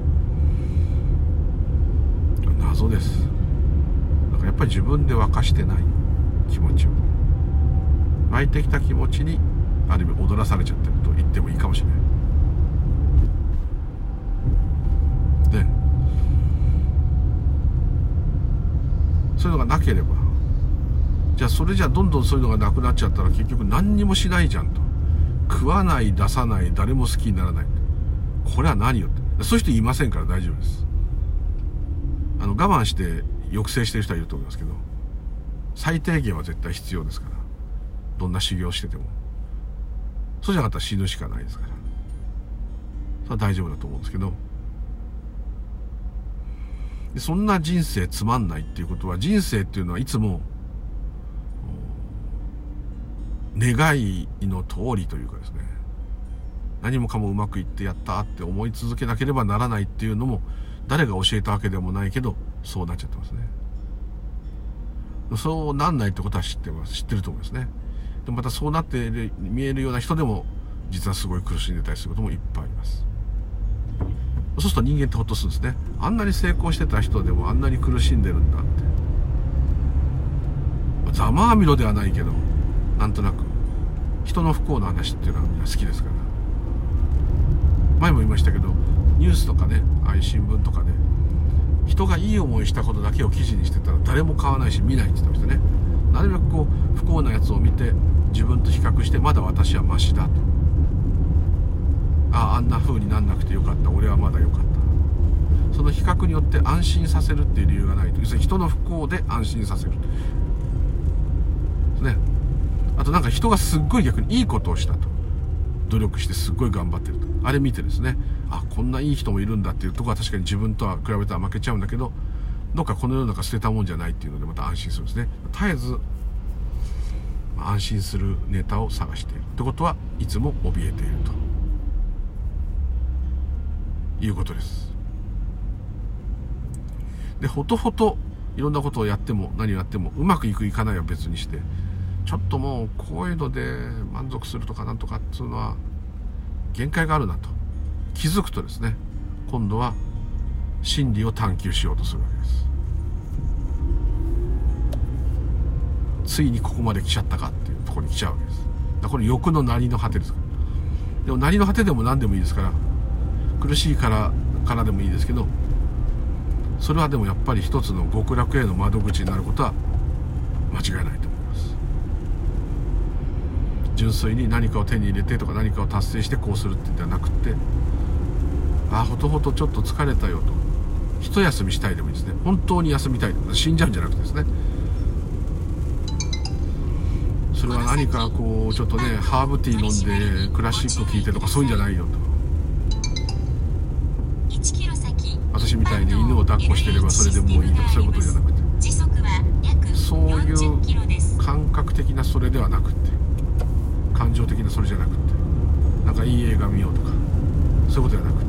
謎です。だからやっぱり自分で沸かしてない気持ちを、湧いてきた気持ちにある意味踊らされちゃってると言ってもいいかもしれない。でそういうのがなければ、じゃあそれじゃあどんどんそういうのがなくなっちゃったら結局何にもしないじゃんと。食わない出さない誰も好きにならない、これは何よって。そういう人いませんから大丈夫です。あの我慢して抑制してる人はいると思いますけど、最低限は絶対必要ですから、どんな修行してても。そうじゃなかったら死ぬしかないですから、それは大丈夫だと思うんですけど、でそんな人生つまんないっていうことは、人生っていうのはいつも願いの通りというかですね、何もかもうまくいってやったって思い続けなければならないっていうのも誰が教えたわけでもないけど、そうなっちゃってますね。そうなんないってことは知ってます。知ってると思いますね。でまたそうなって見えるような人でも実はすごい苦しんでたりすることもいっぱいあります。そうすると人間ってほっとするんですね。あんなに成功してた人でもあんなに苦しんでるんだって。ざまあみろではないけど、なんとなく人の不幸な話っていうのはみんな好きですから。前も言いましたけど、ニュースとかね、ああいう新聞とかで人がいい思いしたことだけを記事にしてたら誰も買わないし見ないって言ってましたね。なるべくこう不幸なやつを見て自分と比較して、まだ私はマシだと、あああんな風になんなくてよかった、俺はまだよかった。その比較によって安心させるっていう理由がないと。要するに人の不幸で安心させるですね。あとなんか人がすっごい逆にいいことをしたと、努力してすっごい頑張ってると、あれ見てですね、あこんないい人もいるんだっていうところは確かに自分とは比べたら負けちゃうんだけど、どっかこの世の中捨てたもんじゃないっていうのでまた安心するんですね。絶えず安心するネタを探しているってことはいつも怯えているということです。でほとほといろんなことをやっても何をやってもうまくいくいかないは別にして、ちょっともうこういうので満足するとかなんとかっていうのは限界があるなと気づくとですね、今度は真理を探求しようとするわけです。ついにここまで来ちゃったかっていうところに来ちゃうわけです。だからこれ欲のなりの果てですから。でもなりの果てでも何でもいいですから、苦しいからからでもいいですけど、それはでもやっぱり一つの極楽への窓口になることは間違いないと思います。純粋に何かを手に入れてとか何かを達成してこうするってんではなくて、あほとほとちょっと疲れたよと、一休みしたいでもいいですね。本当に休みたい、死んじゃうんじゃなくてですね、それは何かこうちょっとねハーブティー飲んでクラシック聴いてとかそういうんじゃないよと。私みたいに犬を抱っこしてればそれでもういいとかそういうことじゃなくて、そういう感覚的なそれではなくって、感情的なそれじゃなくって、なんかいい映画見ようとかそういうことではなくって、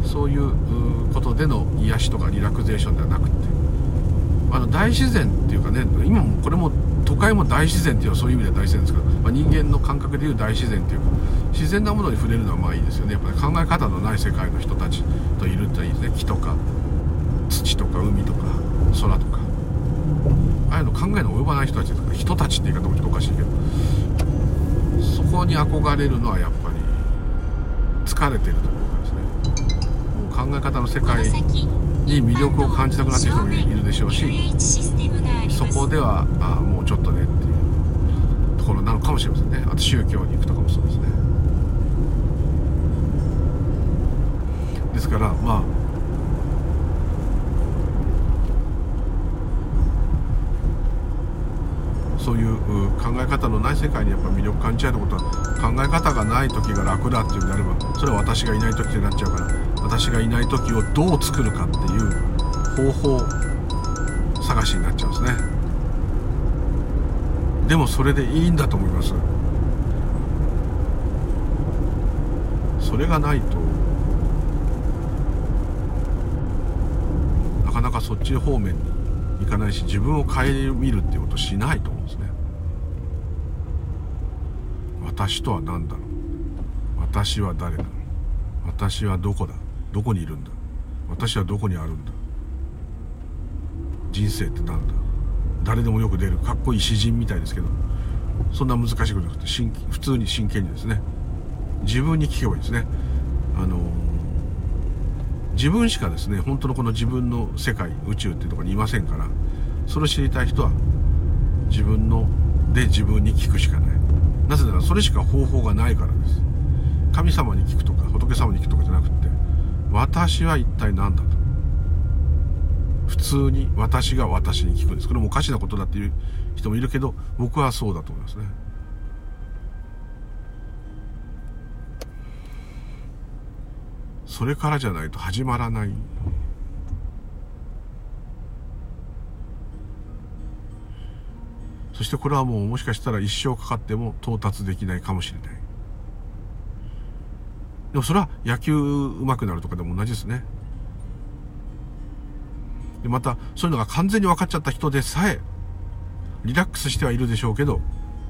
そういうことでの癒しとかリラクゼーションではなくって、あの大自然っていうかね、今もこれも都会も大自然っていうのはそういう意味では大自然ですけど、まあ、人間の感覚でいう大自然っていうか自然なものに触れるのはまあいいですよね。やっぱり考え方のない世界の人たちといるっていいですね。木とか土とか海とか空とか、ああいうの考えの及ばない人たちですから、人たちって言い方もちょっとおかしいけど、そこに憧れるのはやっぱり疲れてるところがですね、もう考え方の世界に魅力を感じたくなっている人もいるでしょうし、そこではあもうちょっとねっていうところなのかもしれませんね。あと宗教に行くとかもそうですね。ですからまあそういう考え方のない世界にやっぱ魅力感じちゃうってことは、考え方がない時が楽だっていうんであれば、それは私がいない時になっちゃうから、私がいない時をどう作るかっていう方法探しになっちゃうんですね。でもそれでいいんだと思います。それがないとなかなかそっち方面に行かないし、自分を顧みるっていうことをしないと思うんですね。私とは何だろう、私は誰だ、私はどこだ、どこにいるんだ、私はどこにあるんだ、人生って何だ。誰でもよく出るかっこいい詩人みたいですけど、そんな難しいことじゃなくて、普通に真剣にですね、自分に聞けばいいですね。あのー、自分しかですね、本当のこの自分の世界、宇宙っていうところにいませんから、それを知りたい人は自分ので自分に聞くしかない。なぜならそれしか方法がないからです。神様に聞くとか仏様に聞くとかじゃなくて、私は一体何だと、普通に私が私に聞くんです。これもおかしなことだっていう人もいるけど、僕はそうだと思いますね。それからじゃないと始まらない。そしてこれはもうもしかしたら一生かかっても到達できないかもしれない。でもそれは野球上手くなるとかでも同じですね。でまたそういうのが完全に分かっちゃった人でさえリラックスしてはいるでしょうけど、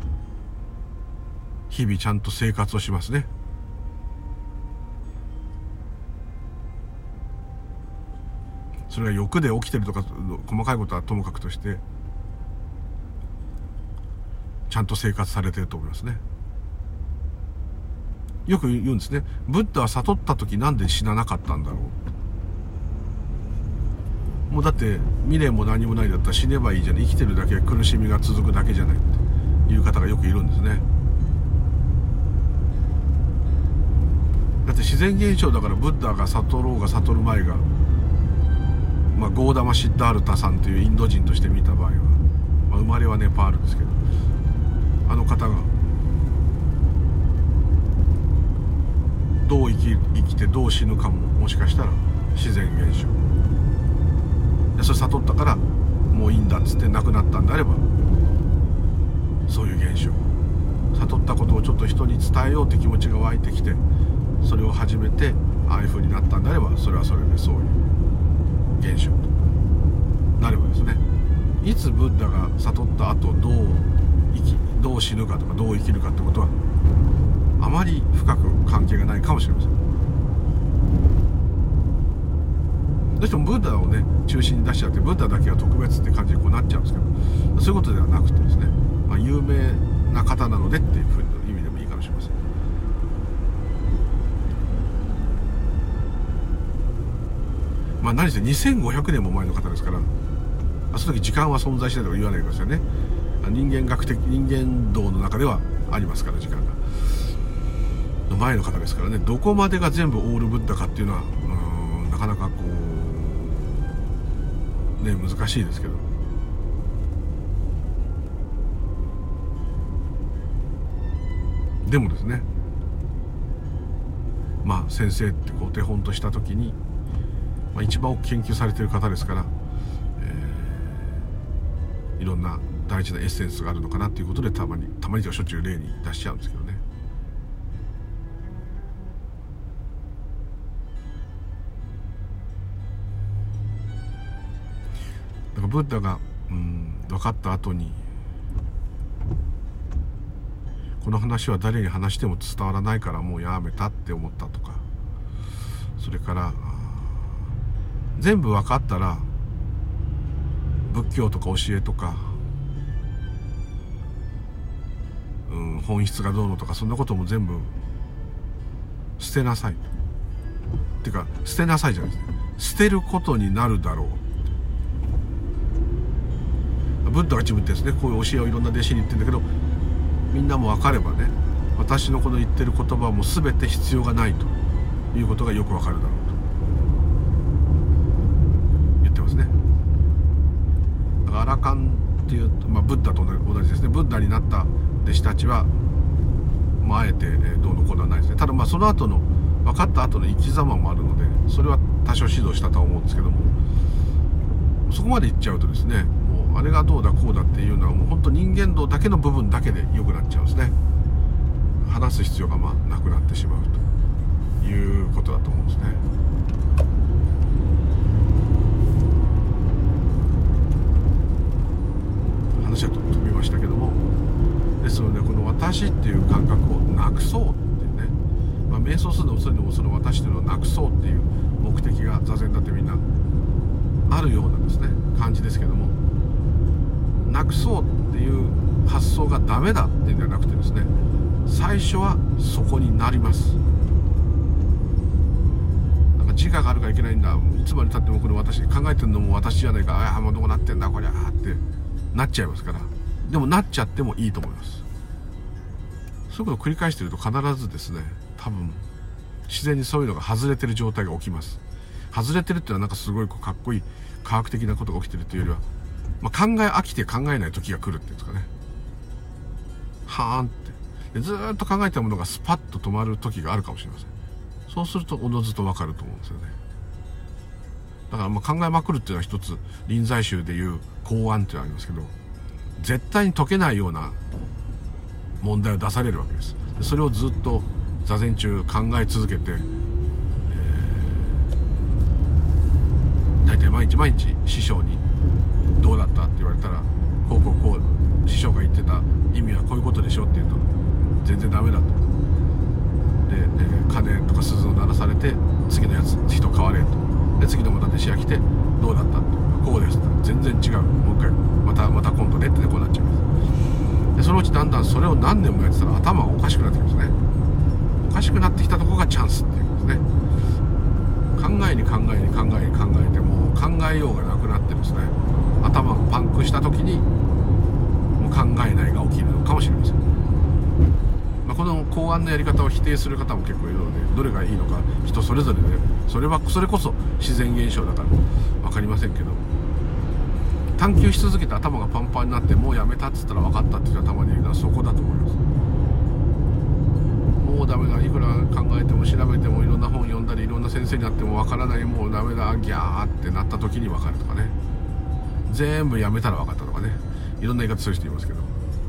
日々ちゃんと生活をしますね。それが欲で起きてるとか細かいことはともかくとして、ちゃんと生活されてると思いますね。よく言うんですね。ブッダは悟った時なんで死ななかったんだろう。もうだって未練も何もないだったら死ねばいいじゃない、生きてるだけ苦しみが続くだけじゃないっていう方がよくいるんですね。だって自然現象だから、ブッダが悟ろうが悟る前が、まあ、ゴーダマ・シッダールタさんというインド人として見た場合は、まあ、生まれはネパールですけど、あの方がどう生き、生きてどう死ぬかももしかしたら自然現象で、それ悟ったからもういいんだっつって亡くなったんであれば、そういう現象、悟ったことをちょっと人に伝えようって気持ちが湧いてきて、それを始めてああいう風になったんであれば、それはそれでそういう現象となればですね、いつブッダが悟った後どう生きどう死ぬかとかどう生きるかってことはあまり深く関係がないかもしれません。どうしてもブッダをね中心に出しちゃって、ブッダだけが特別って感じにこうなっちゃうんですけど、そういうことではなくてですね、まあ、有名な方なのでっていうふうな意味でもいいかもしれません。まあ何せにせんごひゃくねんも前の方ですから、その時時間は存在しないとか言わないでくださいね。人間学的人間道の中ではありますから、時間が前の方ですからね。どこまでが全部オールブッダかっていうのはうーんなかなかこうね難しいですけど、でもですね、まあ先生ってこう手本とした時に、まあ、一番多く研究されている方ですから、えいろんな大事なエッセンスがあるのかなっていうことで、たまにたまにとかしょっちゅう例に出しちゃうんですけどね。だからブッダが、うん、分かった後に、この話は誰に話しても伝わらないからもうやめたって思ったとか、それから全部分かったら仏教とか教えとか、うん、本質がどうのとか、そんなことも全部捨てなさいっていうか、捨てなさいじゃないですね、捨てることになるだろう。ブッダが自分ってですね、こういう教えをいろんな弟子に言ってるんだけど、みんなも分かればね、私のこの言ってる言葉はもう全て必要がないということがよく分かるだろうと言ってますね。だからアラカンっていうと、まあ、ブッダと同じですね。ブッダになった弟子たちは、まあ、あえてどうのこうのはないですね。ただまあその後の分かった後の生き様もあるので、それは多少指導したとは思うんですけども、そこまで言っちゃうとですね、もうあれがどうだこうだっていうのはもう本当人間道だけの部分だけで良くなっちゃうんですね。話す必要がまあなくなってしまうということだと思うんですね。話は飛びましたけども、ですのでこの私っていう感覚をなくそうっていうね、まあ、瞑想するのもそういうのもその私っていうのをなくそうっていう目的が座禅だってみんなあるようなですね感じですけども、なくそうっていう発想がダメだっていうんじゃなくてですね、最初はそこになります。なんか自我があるからいけないんだ、いつまでたってもこれ私考えてるのも私じゃないか、ああもうどうなってんだこりゃってなっちゃいますから。でもなっちゃってもいいと思います。そういうことを繰り返していると必ずですね、多分自然にそういうのが外れてる状態が起きます。外れてるっていうのはなんかすごいこうかっこいい科学的なことが起きてるというよりは、まあ、考え飽きて考えない時が来るっていうんですかね。はーんってずーっと考えたものがスパッと止まる時があるかもしれません。そうするとおのずとわかると思うんですよね。だからまあ考えまくるっていうのは一つ臨済宗でいう公案っていうのがありますけど、絶対に解けないような問題を出されるわけです。それをずっと座禅中考え続けて、えー、大体毎日毎日師匠にどうだったって言われたら、こうこうこう師匠が言ってた意味はこういうことでしょって言うと全然ダメだと。で、えー、鐘とか鈴を鳴らされて次のやつ人変われと。で次のまた弟子が来てどうだったってこうですって全然違う、もう一回またまた今度ねってこうなっちゃいます。でそのうちだんだんそれを何年もやってたら頭がおかしくなってきますね。おかしくなってきたところがチャンスっていうんですね。考えに考えに考えに考えても考えようがなくなってですね、頭がパンクした時にもう考えないが起きるのかもしれません。まあ、この公案のやり方を否定する方も結構いるので、どれがいいのか人それぞれで、それはそれこそ自然現象だから分かりませんけど、探求し続けて頭がパンパンになってもうやめたっつったら分かったって言ったらたまに言うのはそこだと思います。もうダメだ、いくら考えても調べてもいろんな本読んだりいろんな先生になっても分からない、もうダメだギャーってなった時に分かるとかね、全部やめたら分かったとかね、いろんな言い方する人いますけど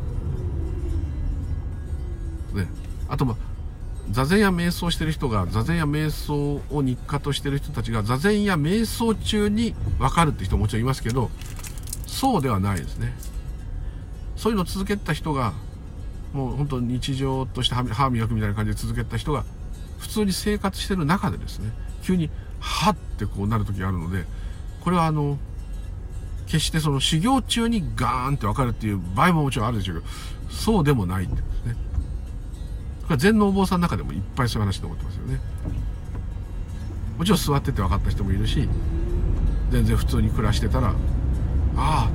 ね。あとまあ座禅や瞑想してる人が、座禅や瞑想を日課としてる人たちが座禅や瞑想中に分かるって人ももちろんいますけど、そうではないですね。そういうのを続けた人がもう本当に日常として歯磨くみたいな感じで続けた人が普通に生活してる中でですね、急にはってこうなる時があるので、これはあの決してその修行中にガーンって分かるっていう場合ももちろんあるでしょうけど、そうでもないってことですね。これは禅のお坊さんの中でもいっぱいそういう話と思ってますよね。もちろん座ってて分かった人もいるし、全然普通に暮らしてたらああ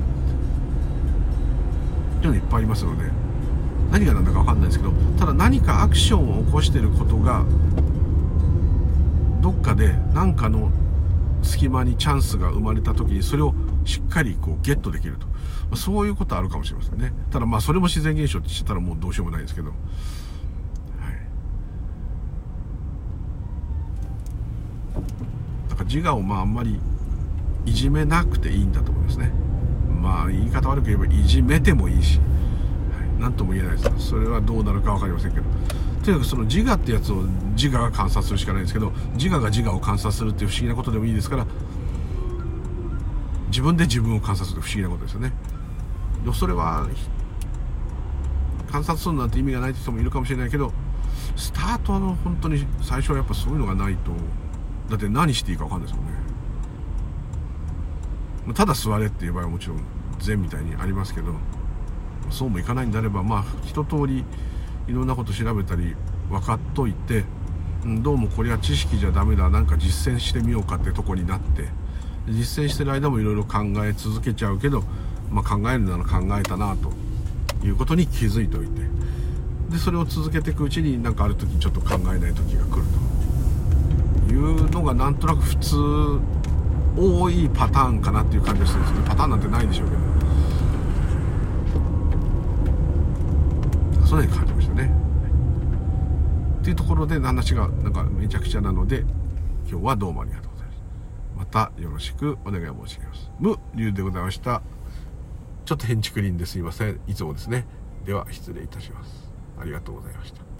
っていうのいっぱいありますので、何が何だか分かんないですけど、ただ何かアクションを起こしていることがどっかで何かの隙間にチャンスが生まれた時にそれをしっかりこうゲットできると、まあ、そういうことあるかもしれませんね。ただまあそれも自然現象って知ったらもうどうしようもないですけど、はい、だから自我をまああんまりいじめなくていいんだと思いますね。ままあ言い方悪く言えばいじめてもいいし、何、はい、とも言えないです。それはどうなるか分かりませんけど、とにかくその自我ってやつを自我が観察するしかないんですけど、自我が自我を観察するっていう不思議なことでもいいですから、自分で自分を観察するって不思議なことですよね。でそれは観察するなんて意味がないって人もいるかもしれないけど、スタートの本当に最初はやっぱそういうのがないと、だって何していいか分かんないですもんね。ただ座れっていう場合はもちろん禅みたいにありますけど、そうもいかないんであれば、まあ一通りいろんなこと調べたり分かっといて、どうもこれは知識じゃダメだ、なんか実践してみようかってとこになって、実践してる間もいろいろ考え続けちゃうけど、まあ、考えるなら考えたなということに気づいておいて、でそれを続けていくうちになんかある時ちょっと考えない時が来るというのがなんとなく普通多いパターンかなっていう感じがするんですね。パターンなんてないでしょうけど、そのように感じましたね。はい、っていうところで話がなんかめちゃくちゃなので、今日はどうもありがとうございます。またよろしくお願い申し上げます。無龍でございました。ちょっと変竹林ですいません。いつもですね。では失礼いたします。ありがとうございました。